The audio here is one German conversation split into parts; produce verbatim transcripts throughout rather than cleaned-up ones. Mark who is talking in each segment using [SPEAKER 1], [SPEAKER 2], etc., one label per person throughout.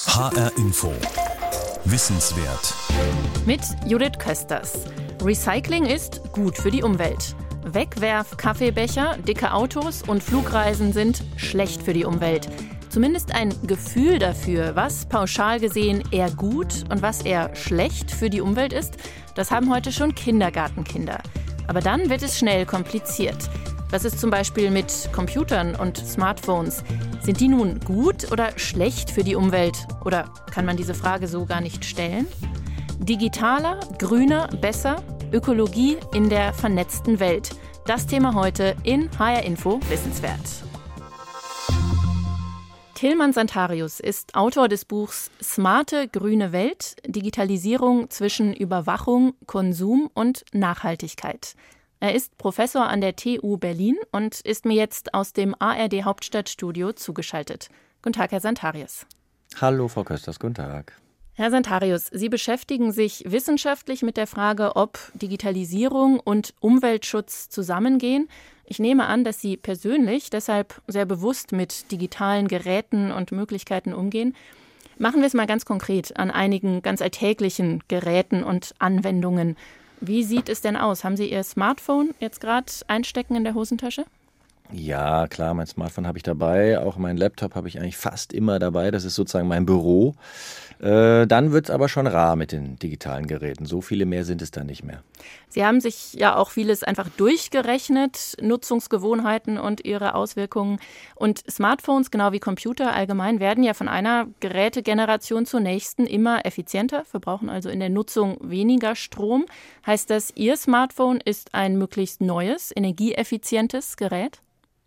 [SPEAKER 1] H R Info. Wissenswert.
[SPEAKER 2] Mit Judith Kösters. Recycling ist gut für die Umwelt. Wegwerf-Kaffeebecher, dicke Autos und Flugreisen sind schlecht für die Umwelt. Zumindest ein Gefühl dafür, was pauschal gesehen eher gut und was eher schlecht für die Umwelt ist, das haben heute schon Kindergartenkinder. Aber dann wird es schnell kompliziert. Was ist zum Beispiel mit Computern und Smartphones? Sind die nun gut oder schlecht für die Umwelt? Oder kann man diese Frage so gar nicht stellen? Digitaler, grüner, besser? Ökologie in der vernetzten Welt. Das Thema heute in H R Info Wissenswert. Tilman Santarius ist Autor des Buchs Smarte grüne Welt, Digitalisierung zwischen Überwachung, Konsum und Nachhaltigkeit. Er ist Professor an der T U Berlin und ist mir jetzt aus dem A R D Hauptstadtstudio zugeschaltet. Guten Tag, Herr Santarius.
[SPEAKER 3] Hallo, Frau Kösters, guten Tag.
[SPEAKER 2] Herr Santarius, Sie beschäftigen sich wissenschaftlich mit der Frage, ob Digitalisierung und Umweltschutz zusammengehen. Ich nehme an, dass Sie persönlich deshalb sehr bewusst mit digitalen Geräten und Möglichkeiten umgehen. Machen wir es mal ganz konkret an einigen ganz alltäglichen Geräten und Anwendungen. Wie sieht es denn aus? Haben Sie Ihr Smartphone jetzt gerade einstecken in der Hosentasche?
[SPEAKER 3] Ja, klar, mein Smartphone habe ich dabei. Auch mein Laptop habe ich eigentlich fast immer dabei. Das ist sozusagen mein Büro. Äh, dann wird es aber schon rar mit den digitalen Geräten. So viele mehr sind es dann nicht mehr.
[SPEAKER 2] Sie haben sich ja auch vieles einfach durchgerechnet, Nutzungsgewohnheiten und ihre Auswirkungen. Und Smartphones, genau wie Computer allgemein, werden ja von einer Gerätegeneration zur nächsten immer effizienter, verbrauchen also in der Nutzung weniger Strom. Heißt das, Ihr Smartphone ist ein möglichst neues, energieeffizientes Gerät?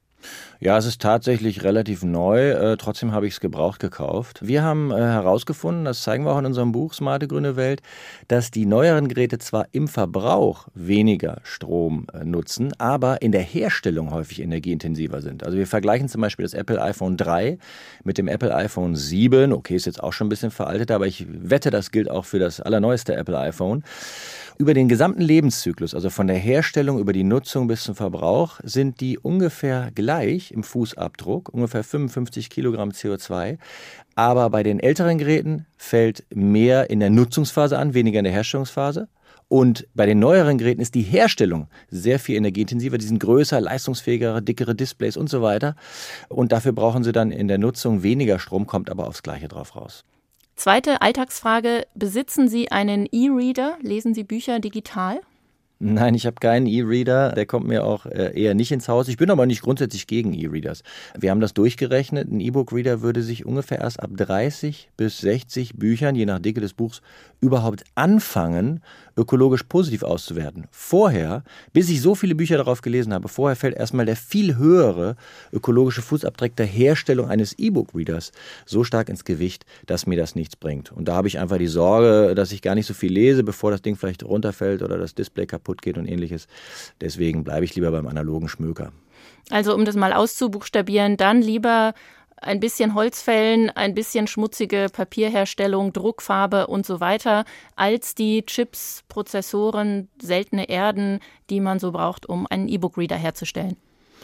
[SPEAKER 3] Ja, es ist tatsächlich relativ neu, äh, trotzdem habe ich es gebraucht gekauft. Wir haben äh, herausgefunden, das zeigen wir auch in unserem Buch Smarte grüne Welt, dass die neueren Geräte zwar im Verbrauch weniger Strom äh, nutzen, aber in der Herstellung häufig energieintensiver sind. Also wir vergleichen zum Beispiel das Apple iPhone drei mit dem Apple iPhone sieben. Okay, ist jetzt auch schon ein bisschen veraltet, aber ich wette, das gilt auch für das allerneueste Apple iPhone. Über den gesamten Lebenszyklus, also von der Herstellung über die Nutzung bis zum Verbrauch, sind die ungefähr gleich im Fußabdruck, ungefähr fünfundfünfzig Kilogramm C O zwei. Aber bei den älteren Geräten fällt mehr in der Nutzungsphase an, weniger in der Herstellungsphase. Und bei den neueren Geräten ist die Herstellung sehr viel energieintensiver. Die sind größer, leistungsfähiger, dickere Displays und so weiter. Und dafür brauchen sie dann in der Nutzung weniger Strom, kommt aber aufs Gleiche drauf raus.
[SPEAKER 2] Zweite Alltagsfrage, besitzen Sie einen E-Reader? Lesen Sie Bücher digital?
[SPEAKER 3] Nein, ich habe keinen E-Reader, der kommt mir auch eher nicht ins Haus. Ich bin aber nicht grundsätzlich gegen E-Readers. Wir haben das durchgerechnet, ein E-Book-Reader würde sich ungefähr erst ab dreißig bis sechzig Büchern, je nach Dicke des Buchs, überhaupt anfangen, ökologisch positiv auszuwerten. Vorher, bis ich so viele Bücher darauf gelesen habe, vorher fällt erstmal der viel höhere ökologische Fußabdruck der Herstellung eines E-Book-Readers so stark ins Gewicht, dass mir das nichts bringt. Und da habe ich einfach die Sorge, dass ich gar nicht so viel lese, bevor das Ding vielleicht runterfällt oder das Display kaputt geht und ähnliches. Deswegen bleibe ich lieber beim analogen Schmöker.
[SPEAKER 2] Also um das mal auszubuchstabieren, dann lieber ein bisschen Holz fällen, ein bisschen schmutzige Papierherstellung, Druckfarbe und so weiter, als die Chips, Prozessoren, seltene Erden, die man so braucht, um einen E-Book-Reader herzustellen.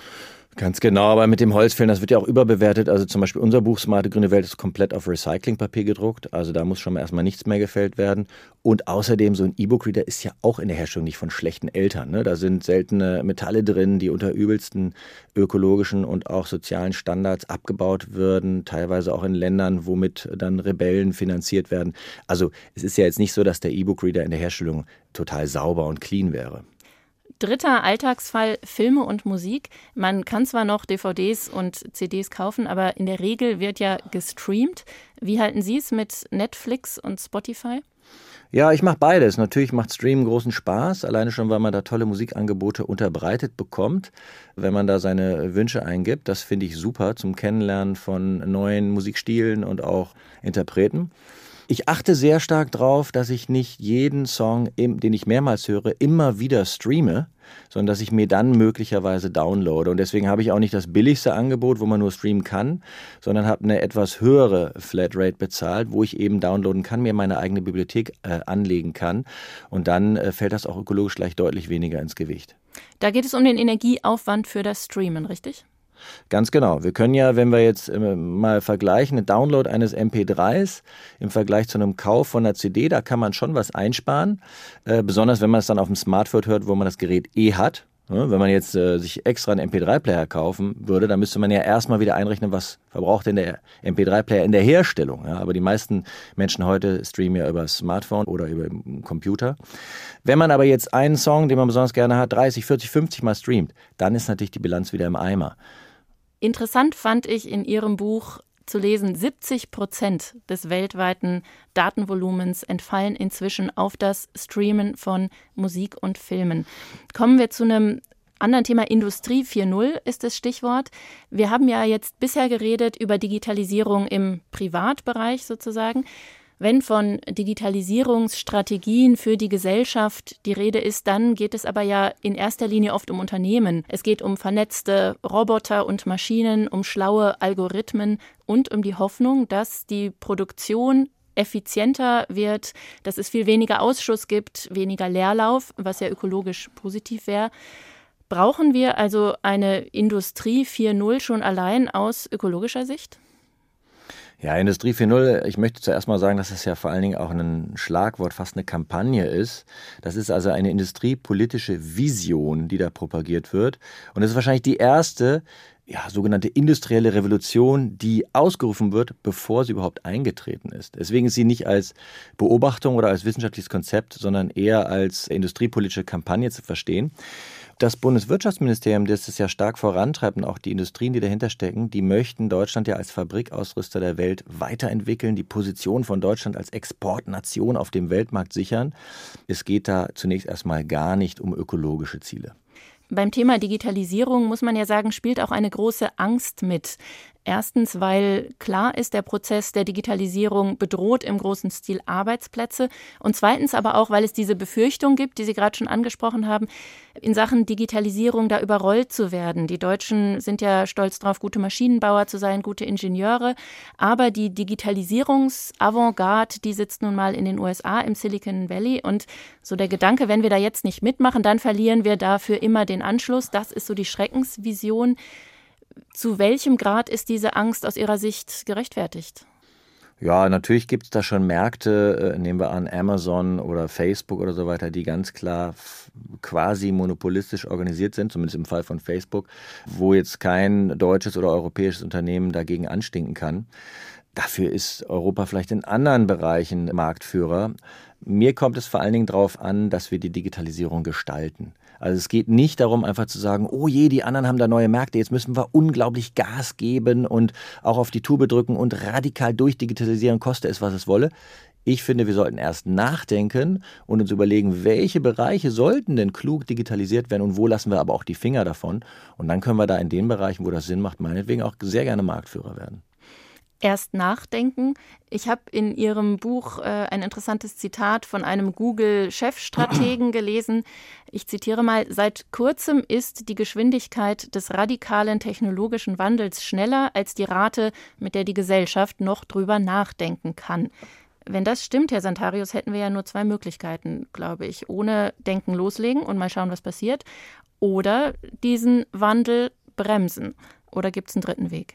[SPEAKER 3] Ganz genau, aber mit dem Holzfällen, das wird ja auch überbewertet. Also zum Beispiel unser Buch Smarte grüne Welt ist komplett auf Recyclingpapier gedruckt. Also da muss schon mal erstmal nichts mehr gefällt werden. Und außerdem, so ein E-Book-Reader ist ja auch in der Herstellung nicht von schlechten Eltern. Ne? Da sind seltene Metalle drin, die unter übelsten ökologischen und auch sozialen Standards abgebaut würden. Teilweise auch in Ländern, womit dann Rebellen finanziert werden. Also es ist ja jetzt nicht so, dass der E-Book-Reader in der Herstellung total sauber und clean wäre.
[SPEAKER 2] Dritter Alltagsfall, Filme und Musik. Man kann zwar noch D V Ds und C Ds kaufen, aber in der Regel wird ja gestreamt. Wie halten Sie es mit Netflix und Spotify?
[SPEAKER 3] Ja, ich mache beides. Natürlich macht Streamen großen Spaß, alleine schon, weil man da tolle Musikangebote unterbreitet bekommt, wenn man da seine Wünsche eingibt. Das finde ich super zum Kennenlernen von neuen Musikstilen und auch Interpreten. Ich achte sehr stark drauf, dass ich nicht jeden Song, den ich mehrmals höre, immer wieder streame, sondern dass ich mir dann möglicherweise downloade. Und deswegen habe ich auch nicht das billigste Angebot, wo man nur streamen kann, sondern habe eine etwas höhere Flatrate bezahlt, wo ich eben downloaden kann, mir meine eigene Bibliothek äh, anlegen kann. Und dann äh, fällt das auch ökologisch gleich deutlich weniger ins Gewicht.
[SPEAKER 2] Da geht es um den Energieaufwand für das Streamen, richtig?
[SPEAKER 3] Ganz genau. Wir können ja, wenn wir jetzt äh, mal vergleichen, einen Download eines M P drei s im Vergleich zu einem Kauf von einer C D, da kann man schon was einsparen. Äh, besonders wenn man es dann auf dem Smartphone hört, wo man das Gerät eh hat. Ja, wenn man jetzt äh, sich extra einen M P drei Player kaufen würde, dann müsste man ja erstmal wieder einrechnen, was verbraucht denn der M P drei Player in der Herstellung. Ja, aber die meisten Menschen heute streamen ja über Smartphone oder über Computer. Wenn man aber jetzt einen Song, den man besonders gerne hat, dreißig, vierzig, fünfzig Mal streamt, dann ist natürlich die Bilanz wieder im Eimer.
[SPEAKER 2] Interessant fand ich in Ihrem Buch zu lesen, siebzig Prozent des weltweiten Datenvolumens entfallen inzwischen auf das Streamen von Musik und Filmen. Kommen wir zu einem anderen Thema. Industrie vier Punkt null ist das Stichwort. Wir haben ja jetzt bisher geredet über Digitalisierung im Privatbereich sozusagen. Wenn von Digitalisierungsstrategien für die Gesellschaft die Rede ist, dann geht es aber ja in erster Linie oft um Unternehmen. Es geht um vernetzte Roboter und Maschinen, um schlaue Algorithmen und um die Hoffnung, dass die Produktion effizienter wird, dass es viel weniger Ausschuss gibt, weniger Leerlauf, was ja ökologisch positiv wäre. Brauchen wir also eine Industrie vier Punkt null schon allein aus ökologischer Sicht?
[SPEAKER 3] Ja, Industrie vier Punkt null, ich möchte zuerst mal sagen, dass es ja vor allen Dingen auch ein Schlagwort, fast eine Kampagne ist. Das ist also eine industriepolitische Vision, die da propagiert wird. Und es ist wahrscheinlich die erste, ja, sogenannte industrielle Revolution, die ausgerufen wird, bevor sie überhaupt eingetreten ist. Deswegen ist sie nicht als Beobachtung oder als wissenschaftliches Konzept, sondern eher als industriepolitische Kampagne zu verstehen. Das Bundeswirtschaftsministerium, das es ja stark vorantreibt und auch die Industrien, die dahinter stecken, die möchten Deutschland ja als Fabrikausrüster der Welt weiterentwickeln, die Position von Deutschland als Exportnation auf dem Weltmarkt sichern. Es geht da zunächst erstmal gar nicht um ökologische Ziele.
[SPEAKER 2] Beim Thema Digitalisierung, muss man ja sagen, spielt auch eine große Angst mit. Erstens, weil klar ist, der Prozess der Digitalisierung bedroht im großen Stil Arbeitsplätze. Und zweitens aber auch, weil es diese Befürchtung gibt, die Sie gerade schon angesprochen haben, in Sachen Digitalisierung da überrollt zu werden. Die Deutschen sind ja stolz drauf, gute Maschinenbauer zu sein, gute Ingenieure. Aber die Digitalisierungsavantgarde, die sitzt nun mal in den U S A im Silicon Valley. Und so der Gedanke, wenn wir da jetzt nicht mitmachen, dann verlieren wir dafür immer den Anschluss. Das ist so die Schreckensvision. Zu welchem Grad ist diese Angst aus Ihrer Sicht gerechtfertigt?
[SPEAKER 3] Ja, natürlich gibt es da schon Märkte, äh, nehmen wir an Amazon oder Facebook oder so weiter, die ganz klar f- quasi monopolistisch organisiert sind, zumindest im Fall von Facebook, wo jetzt kein deutsches oder europäisches Unternehmen dagegen anstinken kann. Dafür ist Europa vielleicht in anderen Bereichen Marktführer. Mir kommt es vor allen Dingen darauf an, dass wir die Digitalisierung gestalten. Also es geht nicht darum, einfach zu sagen, oh je, die anderen haben da neue Märkte, jetzt müssen wir unglaublich Gas geben und auch auf die Tube drücken und radikal durchdigitalisieren, koste es, was es wolle. Ich finde, wir sollten erst nachdenken und uns überlegen, welche Bereiche sollten denn klug digitalisiert werden und wo lassen wir aber auch die Finger davon. Und dann können wir da in den Bereichen, wo das Sinn macht, meinetwegen auch sehr gerne Marktführer werden.
[SPEAKER 2] Erst nachdenken. Ich habe in Ihrem Buch äh, ein interessantes Zitat von einem Google-Chefstrategen gelesen. Ich zitiere mal: Seit kurzem ist die Geschwindigkeit des radikalen technologischen Wandels schneller als die Rate, mit der die Gesellschaft noch drüber nachdenken kann. Wenn das stimmt, Herr Santarius, hätten wir ja nur zwei Möglichkeiten, glaube ich. Ohne Denken loslegen und mal schauen, was passiert. Oder diesen Wandel bremsen. Oder gibt es einen dritten Weg?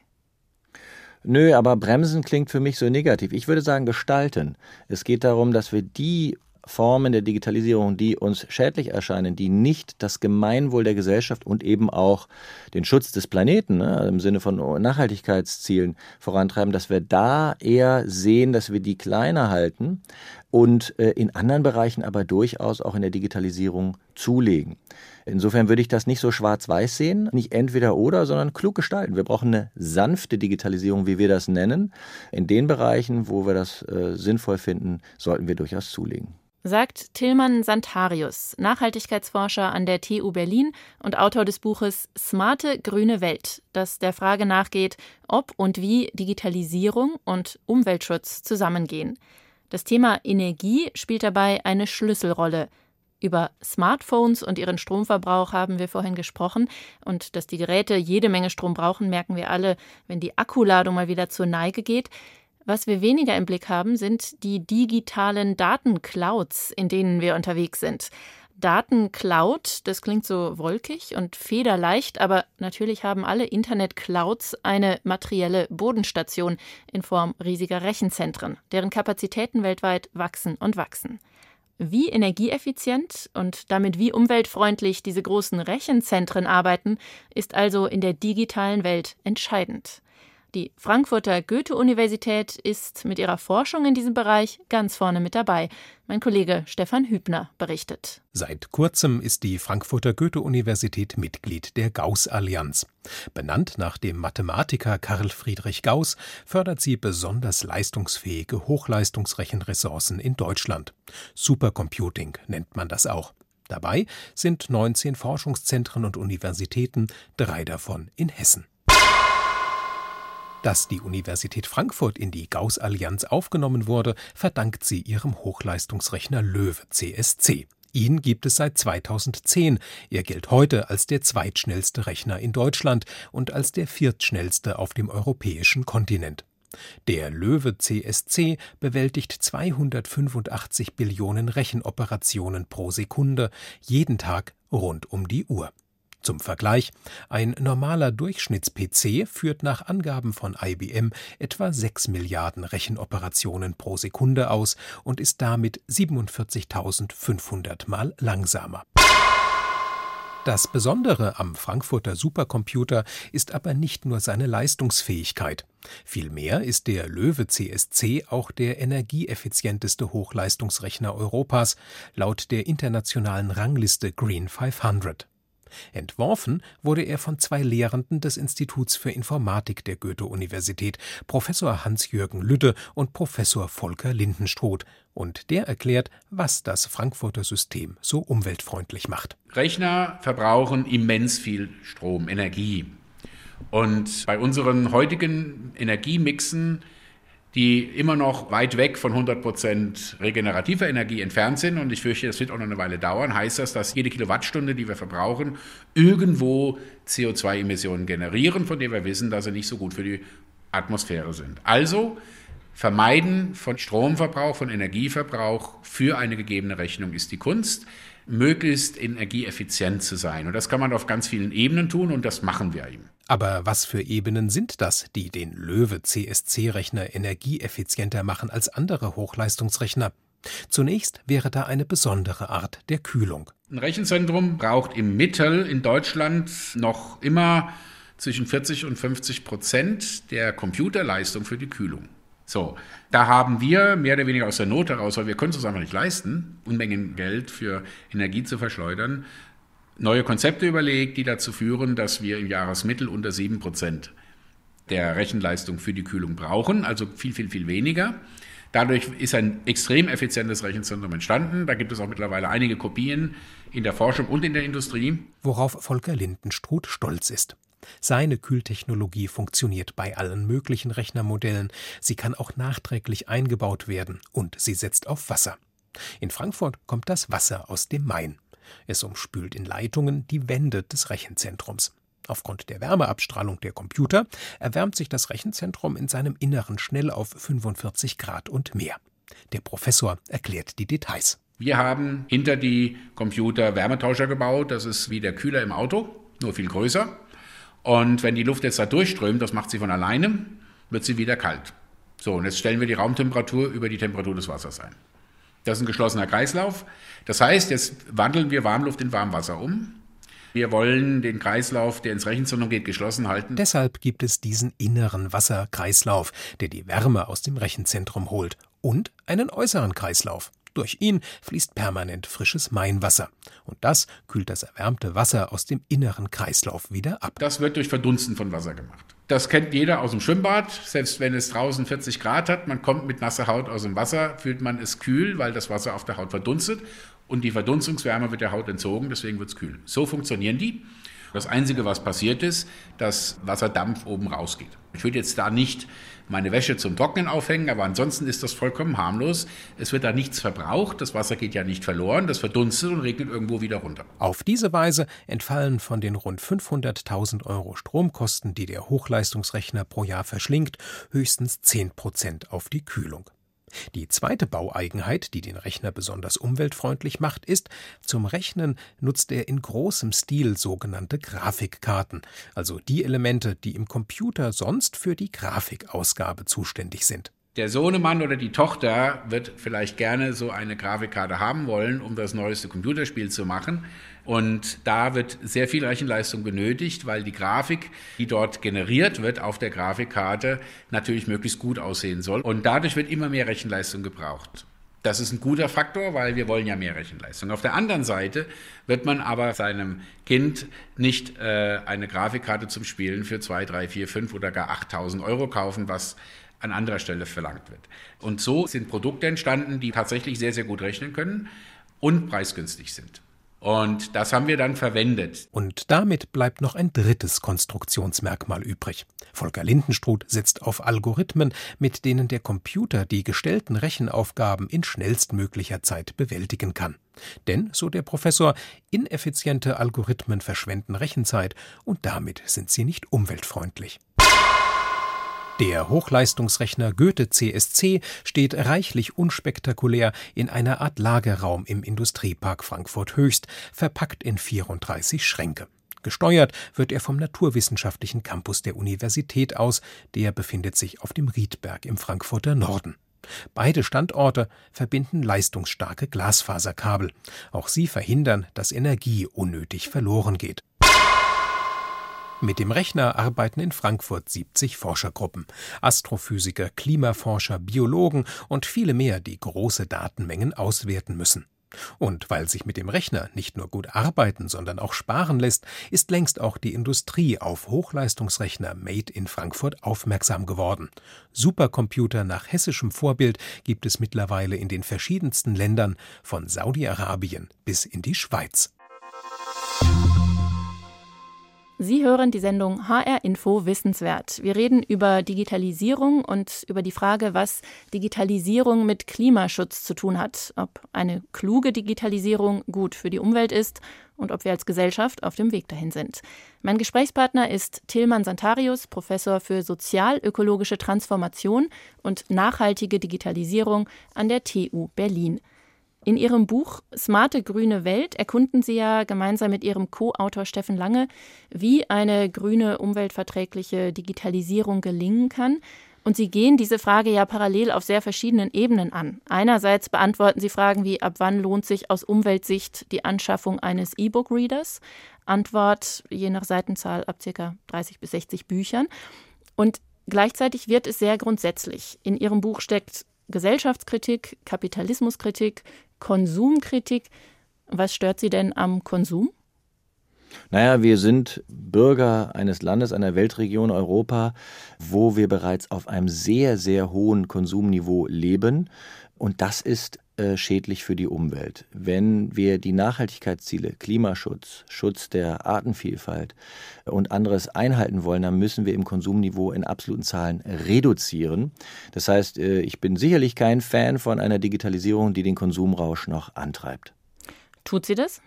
[SPEAKER 3] Nö, aber bremsen klingt für mich so negativ. Ich würde sagen gestalten. Es geht darum, dass wir die Formen der Digitalisierung, die uns schädlich erscheinen, die nicht das Gemeinwohl der Gesellschaft und eben auch den Schutz des Planeten, ne, im Sinne von Nachhaltigkeitszielen vorantreiben, dass wir da eher sehen, dass wir die kleiner halten und äh, in anderen Bereichen aber durchaus auch in der Digitalisierung zulegen. Insofern würde ich das nicht so schwarz-weiß sehen, nicht entweder oder, sondern klug gestalten. Wir brauchen eine sanfte Digitalisierung, wie wir das nennen. In den Bereichen, wo wir das äh, sinnvoll finden, sollten wir durchaus zulegen.
[SPEAKER 2] Sagt Tilman Santarius, Nachhaltigkeitsforscher an der T U Berlin und Autor des Buches Smarte grüne Welt, das der Frage nachgeht, ob und wie Digitalisierung und Umweltschutz zusammengehen. Das Thema Energie spielt dabei eine Schlüsselrolle. Über Smartphones und ihren Stromverbrauch haben wir vorhin gesprochen. Und dass die Geräte jede Menge Strom brauchen, merken wir alle, wenn die Akkuladung mal wieder zur Neige geht. Was wir weniger im Blick haben, sind die digitalen Datenclouds, in denen wir unterwegs sind. Datencloud, das klingt so wolkig und federleicht, aber natürlich haben alle Internet-Clouds eine materielle Bodenstation in Form riesiger Rechenzentren, deren Kapazitäten weltweit wachsen und wachsen. Wie energieeffizient und damit wie umweltfreundlich diese großen Rechenzentren arbeiten, ist also in der digitalen Welt entscheidend. Die Frankfurter Goethe-Universität ist mit ihrer Forschung in diesem Bereich ganz vorne mit dabei. Mein Kollege Stefan Hübner berichtet.
[SPEAKER 4] Seit kurzem ist die Frankfurter Goethe-Universität Mitglied der Gauß-Allianz. Benannt nach dem Mathematiker Carl Friedrich Gauß fördert sie besonders leistungsfähige Hochleistungsrechenressourcen in Deutschland. Supercomputing nennt man das auch. Dabei sind neunzehn Forschungszentren und Universitäten, drei davon in Hessen. Dass die Universität Frankfurt in die Gauß-Allianz aufgenommen wurde, verdankt sie ihrem Hochleistungsrechner LOEWE C S C. Ihn gibt es seit zweitausendzehn. Er gilt heute als der zweitschnellste Rechner in Deutschland und als der viertschnellste auf dem europäischen Kontinent. Der LOEWE C S C bewältigt zweihundertfünfundachtzig Billionen Rechenoperationen pro Sekunde, jeden Tag rund um die Uhr. Zum Vergleich, ein normaler Durchschnitts-P C führt nach Angaben von I B M etwa sechs Milliarden Rechenoperationen pro Sekunde aus und ist damit siebenundvierzigtausendfünfhundert Mal langsamer. Das Besondere am Frankfurter Supercomputer ist aber nicht nur seine Leistungsfähigkeit. Vielmehr ist der LOEWE C S C auch der energieeffizienteste Hochleistungsrechner Europas, laut der internationalen Rangliste Green fünfhundert. Entworfen wurde er von zwei Lehrenden des Instituts für Informatik der Goethe-Universität, Professor Hans-Jürgen Lüdde und Professor Volker Lindenstruth. Und der erklärt, was das Frankfurter System so umweltfreundlich macht.
[SPEAKER 5] Rechner verbrauchen immens viel Strom, Energie. Und bei unseren heutigen Energiemixen, die immer noch weit weg von hundert Prozent regenerativer Energie entfernt sind, und ich fürchte, das wird auch noch eine Weile dauern, heißt das, dass jede Kilowattstunde, die wir verbrauchen, irgendwo C O zwei Emissionen generieren, von denen wir wissen, dass sie nicht so gut für die Atmosphäre sind. Also Vermeiden von Stromverbrauch, von Energieverbrauch für eine gegebene Rechnung ist die Kunst, möglichst energieeffizient zu sein. Und das kann man auf ganz vielen Ebenen tun, und das machen wir eben.
[SPEAKER 4] Aber was für Ebenen sind das, die den LOEWE C S C-Rechner energieeffizienter machen als andere Hochleistungsrechner? Zunächst wäre da eine besondere Art der Kühlung.
[SPEAKER 5] Ein Rechenzentrum braucht im Mittel in Deutschland noch immer zwischen vierzig und fünfzig Prozent der Computerleistung für die Kühlung. So, da haben wir mehr oder weniger aus der Not heraus, weil wir können es uns einfach nicht leisten, Unmengen Geld für Energie zu verschleudern, neue Konzepte überlegt, die dazu führen, dass wir im Jahresmittel unter sieben Prozent der Rechenleistung für die Kühlung brauchen, also viel, viel, viel weniger. Dadurch ist ein extrem effizientes Rechenzentrum entstanden. Da gibt es auch mittlerweile einige Kopien in der Forschung und in der Industrie.
[SPEAKER 4] Worauf Volker Lindenstruth stolz ist. Seine Kühltechnologie funktioniert bei allen möglichen Rechnermodellen. Sie kann auch nachträglich eingebaut werden und sie setzt auf Wasser. In Frankfurt kommt das Wasser aus dem Main. Es umspült in Leitungen die Wände des Rechenzentrums. Aufgrund der Wärmeabstrahlung der Computer erwärmt sich das Rechenzentrum in seinem Inneren schnell auf fünfundvierzig Grad und mehr. Der Professor erklärt die Details.
[SPEAKER 5] Wir haben hinter die Computer Wärmetauscher gebaut. Das ist wie der Kühler im Auto, nur viel größer. Und wenn die Luft jetzt da durchströmt, das macht sie von alleine, wird sie wieder kalt. So, und jetzt stellen wir die Raumtemperatur über die Temperatur des Wassers ein. Das ist ein geschlossener Kreislauf. Das heißt, jetzt wandeln wir Warmluft in Warmwasser um. Wir wollen den Kreislauf, der ins Rechenzentrum geht, geschlossen halten.
[SPEAKER 4] Deshalb gibt es diesen inneren Wasserkreislauf, der die Wärme aus dem Rechenzentrum holt, und einen äußeren Kreislauf. Durch ihn fließt permanent frisches Mainwasser. Und das kühlt das erwärmte Wasser aus dem inneren Kreislauf wieder ab.
[SPEAKER 5] Das wird durch Verdunsten von Wasser gemacht. Das kennt jeder aus dem Schwimmbad. Selbst wenn es draußen vierzig Grad hat, man kommt mit nasser Haut aus dem Wasser, fühlt man es kühl, weil das Wasser auf der Haut verdunstet. Und die Verdunstungswärme wird der Haut entzogen, deswegen wird es kühl. So funktionieren die. Das Einzige, was passiert ist, dass Wasserdampf oben rausgeht. Ich würde jetzt da nicht meine Wäsche zum Trocknen aufhängen, aber ansonsten ist das vollkommen harmlos. Es wird da nichts verbraucht, das Wasser geht ja nicht verloren, das verdunstet und regnet irgendwo wieder runter.
[SPEAKER 4] Auf diese Weise entfallen von den rund fünfhunderttausend Euro Stromkosten, die der Hochleistungsrechner pro Jahr verschlingt, höchstens zehn Prozent auf die Kühlung. Die zweite Baueigenheit, die den Rechner besonders umweltfreundlich macht, ist, zum Rechnen nutzt er in großem Stil sogenannte Grafikkarten, also die Elemente, die im Computer sonst für die Grafikausgabe zuständig sind.
[SPEAKER 5] Der Sohnemann oder die Tochter wird vielleicht gerne so eine Grafikkarte haben wollen, um das neueste Computerspiel zu machen. Und da wird sehr viel Rechenleistung benötigt, weil die Grafik, die dort generiert wird auf der Grafikkarte, natürlich möglichst gut aussehen soll. Und dadurch wird immer mehr Rechenleistung gebraucht. Das ist ein guter Faktor, weil wir wollen ja mehr Rechenleistung. Auf der anderen Seite wird man aber seinem Kind nicht äh, eine Grafikkarte zum Spielen für zwei, drei, vier, fünf oder gar achttausend Euro kaufen, was an anderer Stelle verlangt wird. Und so sind Produkte entstanden, die tatsächlich sehr, sehr gut rechnen können und preisgünstig sind. Und das haben wir dann verwendet.
[SPEAKER 4] Und damit bleibt noch ein drittes Konstruktionsmerkmal übrig. Volker Lindenstruth setzt auf Algorithmen, mit denen der Computer die gestellten Rechenaufgaben in schnellstmöglicher Zeit bewältigen kann. Denn, so der Professor, ineffiziente Algorithmen verschwenden Rechenzeit und damit sind sie nicht umweltfreundlich. Der Hochleistungsrechner Goethe C S C steht reichlich unspektakulär in einer Art Lagerraum im Industriepark Frankfurt-Höchst, verpackt in vierunddreißig Schränke. Gesteuert wird er vom Naturwissenschaftlichen Campus der Universität aus, der befindet sich auf dem Riedberg im Frankfurter Norden. Beide Standorte verbinden leistungsstarke Glasfaserkabel. Auch sie verhindern, dass Energie unnötig verloren geht. Mit dem Rechner arbeiten in Frankfurt siebzig Forschergruppen. Astrophysiker, Klimaforscher, Biologen und viele mehr, die große Datenmengen auswerten müssen. Und weil sich mit dem Rechner nicht nur gut arbeiten, sondern auch sparen lässt, ist längst auch die Industrie auf Hochleistungsrechner Made in Frankfurt aufmerksam geworden. Supercomputer nach hessischem Vorbild gibt es mittlerweile in den verschiedensten Ländern, von Saudi-Arabien bis in die Schweiz.
[SPEAKER 2] Sie hören die Sendung H R Info Wissenswert. Wir reden über Digitalisierung und über die Frage, was Digitalisierung mit Klimaschutz zu tun hat. Ob eine kluge Digitalisierung gut für die Umwelt ist und ob wir als Gesellschaft auf dem Weg dahin sind. Mein Gesprächspartner ist Tilman Santarius, Professor für sozial-ökologische Transformation und nachhaltige Digitalisierung an der T U Berlin. In Ihrem Buch Smarte grüne Welt erkunden Sie ja gemeinsam mit Ihrem Co-Autor Steffen Lange, wie eine grüne, umweltverträgliche Digitalisierung gelingen kann. Und Sie gehen diese Frage ja parallel auf sehr verschiedenen Ebenen an. Einerseits beantworten Sie Fragen wie, ab wann lohnt sich aus Umweltsicht die Anschaffung eines E-Book-Readers? Antwort, je nach Seitenzahl, ab ca. dreißig bis sechzig Büchern. Und gleichzeitig wird es sehr grundsätzlich. In Ihrem Buch steckt Gesellschaftskritik, Kapitalismuskritik, Konsumkritik. Was stört Sie denn am Konsum?
[SPEAKER 3] Naja, wir sind Bürger eines Landes, einer Weltregion Europa, wo wir bereits auf einem sehr, sehr hohen Konsumniveau leben. Und das ist äh, schädlich für die Umwelt. Wenn wir die Nachhaltigkeitsziele, Klimaschutz, Schutz der Artenvielfalt und anderes einhalten wollen, dann müssen wir im Konsumniveau in absoluten Zahlen reduzieren. Das heißt, äh, ich bin sicherlich kein Fan von einer Digitalisierung, die den Konsumrausch noch antreibt.
[SPEAKER 2] Tut sie das?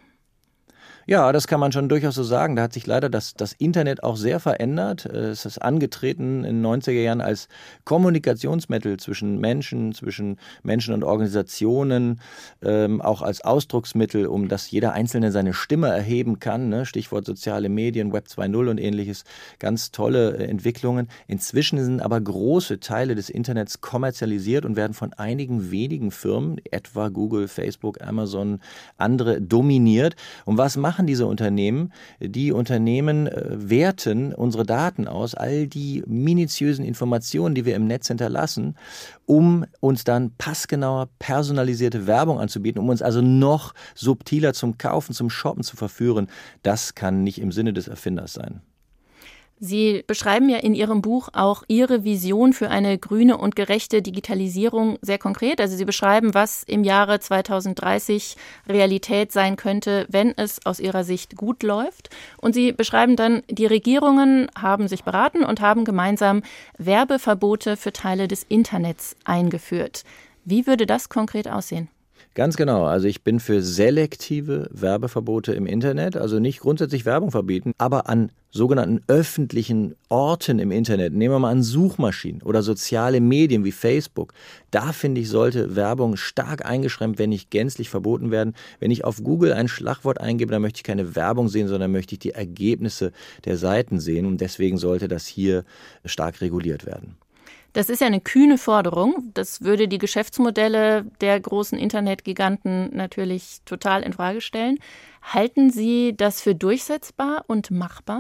[SPEAKER 3] Ja, das kann man schon durchaus so sagen. Da hat sich leider das, das Internet auch sehr verändert. Es ist angetreten in den neunziger Jahren als Kommunikationsmittel zwischen Menschen, zwischen Menschen und Organisationen, ähm, auch als Ausdrucksmittel, um dass jeder Einzelne seine Stimme erheben kann. Ne? Stichwort soziale Medien, Web zwei Punkt null und ähnliches. Ganz tolle äh, Entwicklungen. Inzwischen sind aber große Teile des Internets kommerzialisiert und werden von einigen wenigen Firmen, etwa Google, Facebook, Amazon, andere, dominiert. Und was macht diese Unternehmen? Die Unternehmen äh, werten unsere Daten aus, all die minutiösen Informationen, die wir im Netz hinterlassen, um uns dann passgenauer personalisierte Werbung anzubieten, um uns also noch subtiler zum Kaufen, zum Shoppen zu verführen. Das kann nicht im Sinne des Erfinders sein.
[SPEAKER 2] Sie beschreiben ja in Ihrem Buch auch Ihre Vision für eine grüne und gerechte Digitalisierung sehr konkret. Also Sie beschreiben, was im Jahre zweitausenddreißig Realität sein könnte, wenn es aus Ihrer Sicht gut läuft. Und Sie beschreiben dann, die Regierungen haben sich beraten und haben gemeinsam Werbeverbote für Teile des Internets eingeführt. Wie würde das konkret aussehen?
[SPEAKER 3] Ganz genau. Also ich bin für selektive Werbeverbote im Internet, also nicht grundsätzlich Werbung verbieten, aber an sogenannten öffentlichen Orten im Internet, nehmen wir mal an Suchmaschinen oder soziale Medien wie Facebook, da finde ich, sollte Werbung stark eingeschränkt, wenn nicht gänzlich verboten werden. Wenn ich auf Google ein Schlagwort eingebe, dann möchte ich keine Werbung sehen, sondern möchte ich die Ergebnisse der Seiten sehen und deswegen sollte das hier stark reguliert werden.
[SPEAKER 2] Das ist ja eine kühne Forderung. Das würde die Geschäftsmodelle der großen Internetgiganten natürlich total in Frage stellen. Halten Sie das für durchsetzbar und machbar?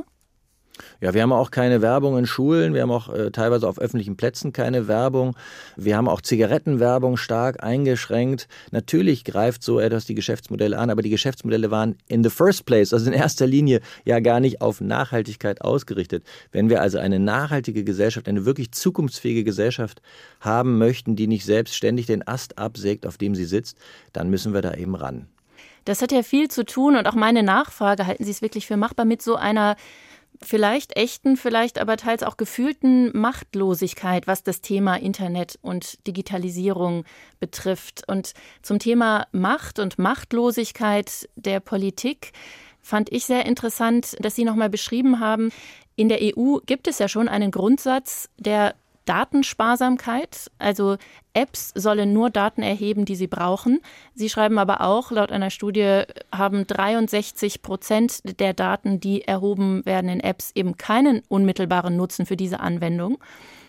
[SPEAKER 3] Ja, wir haben auch keine Werbung in Schulen, wir haben auch äh, teilweise auf öffentlichen Plätzen keine Werbung. Wir haben auch Zigarettenwerbung stark eingeschränkt. Natürlich greift so etwas die Geschäftsmodelle an, aber die Geschäftsmodelle waren in the first place, also in erster Linie ja gar nicht auf Nachhaltigkeit ausgerichtet. Wenn wir also eine nachhaltige Gesellschaft, eine wirklich zukunftsfähige Gesellschaft haben möchten, die nicht selbstständig den Ast absägt, auf dem sie sitzt, dann müssen wir da eben ran.
[SPEAKER 2] Das hat ja viel zu tun und auch meine Nachfrage, halten Sie es wirklich für machbar mit so einer vielleicht echten, vielleicht aber teils auch gefühlten Machtlosigkeit, was das Thema Internet und Digitalisierung betrifft. Und zum Thema Macht und Machtlosigkeit der Politik fand ich sehr interessant, dass Sie nochmal beschrieben haben, in der E U gibt es ja schon einen Grundsatz der Datensparsamkeit, also Apps sollen nur Daten erheben, die sie brauchen. Sie schreiben aber auch, laut einer Studie haben dreiundsechzig Prozent der Daten, die erhoben werden in Apps, eben keinen unmittelbaren Nutzen für diese Anwendung.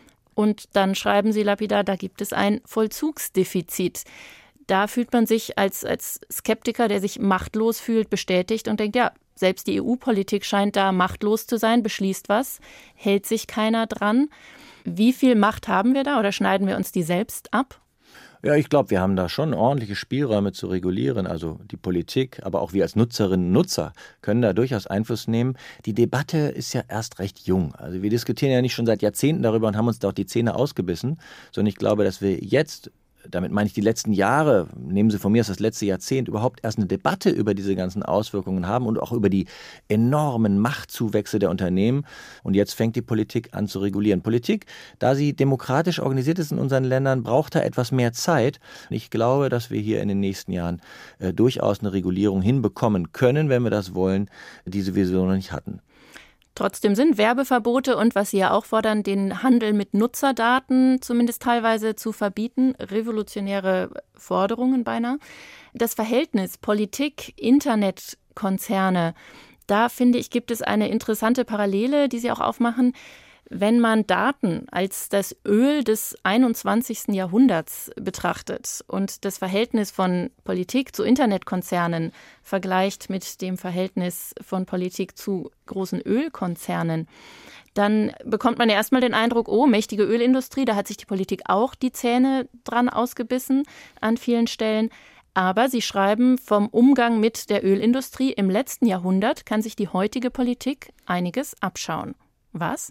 [SPEAKER 2] Und dann schreiben sie lapidar, da gibt es ein Vollzugsdefizit. Da fühlt man sich als, als Skeptiker, der sich machtlos fühlt, bestätigt und denkt, ja, selbst die E U-Politik scheint da machtlos zu sein, beschließt was, hält sich keiner dran. Wie viel Macht haben wir da oder schneiden wir uns die selbst ab?
[SPEAKER 3] Ja, ich glaube, wir haben da schon ordentliche Spielräume zu regulieren. Also die Politik, aber auch wir als Nutzerinnen und Nutzer können da durchaus Einfluss nehmen. Die Debatte ist ja erst recht jung. Also wir diskutieren ja nicht schon seit Jahrzehnten darüber und haben uns da auch die Zähne ausgebissen, sondern ich glaube, dass wir jetzt, damit meine ich die letzten Jahre, nehmen Sie von mir aus das letzte Jahrzehnt, überhaupt erst eine Debatte über diese ganzen Auswirkungen haben und auch über die enormen Machtzuwächse der Unternehmen. Und jetzt fängt die Politik an zu regulieren. Politik, da sie demokratisch organisiert ist in unseren Ländern, braucht da etwas mehr Zeit. Ich glaube, dass wir hier in den nächsten Jahren äh, durchaus eine Regulierung hinbekommen können, wenn wir das wollen, diese Vision noch nicht hatten.
[SPEAKER 2] Trotzdem sind Werbeverbote und, was Sie ja auch fordern, den Handel mit Nutzerdaten zumindest teilweise zu verbieten, revolutionäre Forderungen beinahe. Das Verhältnis Politik, Internetkonzerne, da finde ich, gibt es eine interessante Parallele, die Sie auch aufmachen. Wenn man Daten als das Öl des einundzwanzigsten Jahrhunderts betrachtet und das Verhältnis von Politik zu Internetkonzernen vergleicht mit dem Verhältnis von Politik zu großen Ölkonzernen, dann bekommt man ja erstmal den Eindruck, oh, mächtige Ölindustrie, da hat sich die Politik auch die Zähne dran ausgebissen an vielen Stellen. Aber Sie schreiben, vom Umgang mit der Ölindustrie im letzten Jahrhundert kann sich die heutige Politik einiges abschauen. Was?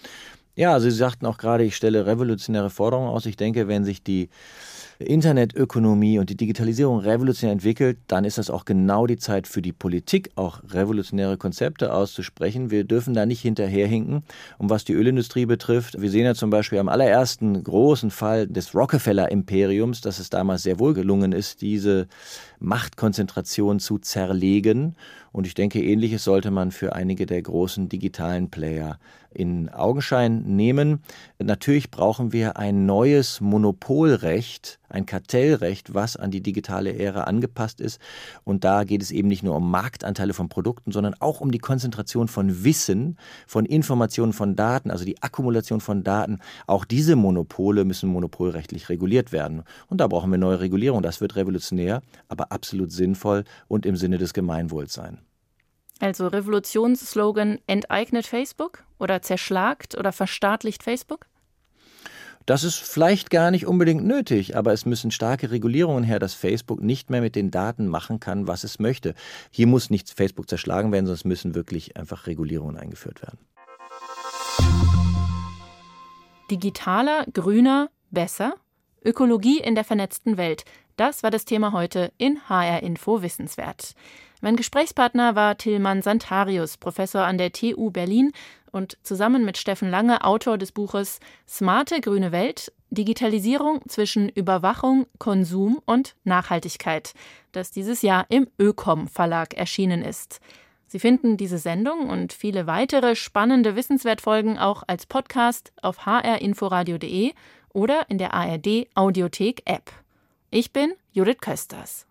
[SPEAKER 3] Ja, also Sie sagten auch gerade, ich stelle revolutionäre Forderungen aus. Ich denke, wenn sich die Internetökonomie und die Digitalisierung revolutionär entwickelt, dann ist das auch genau die Zeit für die Politik, auch revolutionäre Konzepte auszusprechen. Wir dürfen da nicht hinterherhinken. Und was die Ölindustrie betrifft, wir sehen ja zum Beispiel am allerersten großen Fall des Rockefeller-Imperiums, dass es damals sehr wohl gelungen ist, diese Machtkonzentration zu zerlegen. Und ich denke, Ähnliches sollte man für einige der großen digitalen Player in Augenschein nehmen. Natürlich brauchen wir ein neues Monopolrecht, ein Kartellrecht, was an die digitale Ära angepasst ist. Und da geht es eben nicht nur um Marktanteile von Produkten, sondern auch um die Konzentration von Wissen, von Informationen, von Daten, also die Akkumulation von Daten. Auch diese Monopole müssen monopolrechtlich reguliert werden. Und da brauchen wir neue Regulierung. Das wird revolutionär, aber absolut sinnvoll und im Sinne des Gemeinwohls sein.
[SPEAKER 2] Also Revolutionsslogan, enteignet Facebook oder zerschlagt oder verstaatlicht Facebook?
[SPEAKER 3] Das ist vielleicht gar nicht unbedingt nötig, aber es müssen starke Regulierungen her, dass Facebook nicht mehr mit den Daten machen kann, was es möchte. Hier muss nicht Facebook zerschlagen werden, sondern es müssen wirklich einfach Regulierungen eingeführt werden.
[SPEAKER 2] Digitaler, grüner, besser? Ökologie in der vernetzten Welt. Das war das Thema heute in H R Info Wissenswert. Mein Gesprächspartner war Tilman Santarius, Professor an der T U Berlin und zusammen mit Steffen Lange Autor des Buches Smarte grüne Welt Digitalisierung zwischen Überwachung, Konsum und Nachhaltigkeit, das dieses Jahr im Ökom Verlag erschienen ist. Sie finden diese Sendung und viele weitere spannende Wissenswertfolgen auch als Podcast auf h r inforadio punkt d e oder in der A R D Audiothek App. Ich bin Judith Kösters.